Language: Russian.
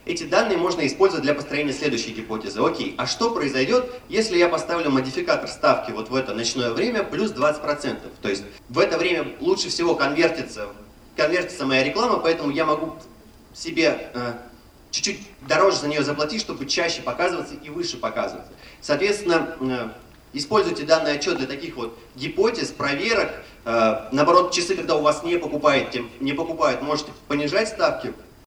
Эти данные можно использовать для построения следующей гипотезы. Окей, а что произойдет, если я поставлю модификатор ставки вот в это ночное время плюс 20%? То есть в это время лучше всего конвертится моя реклама, поэтому я могу себе чуть-чуть дороже за нее заплатить, чтобы чаще показываться и выше показываться. Соответственно, используйте данный отчет для таких вот гипотез, проверок. Наоборот, часы, когда у вас не покупают, можете понижать ставки.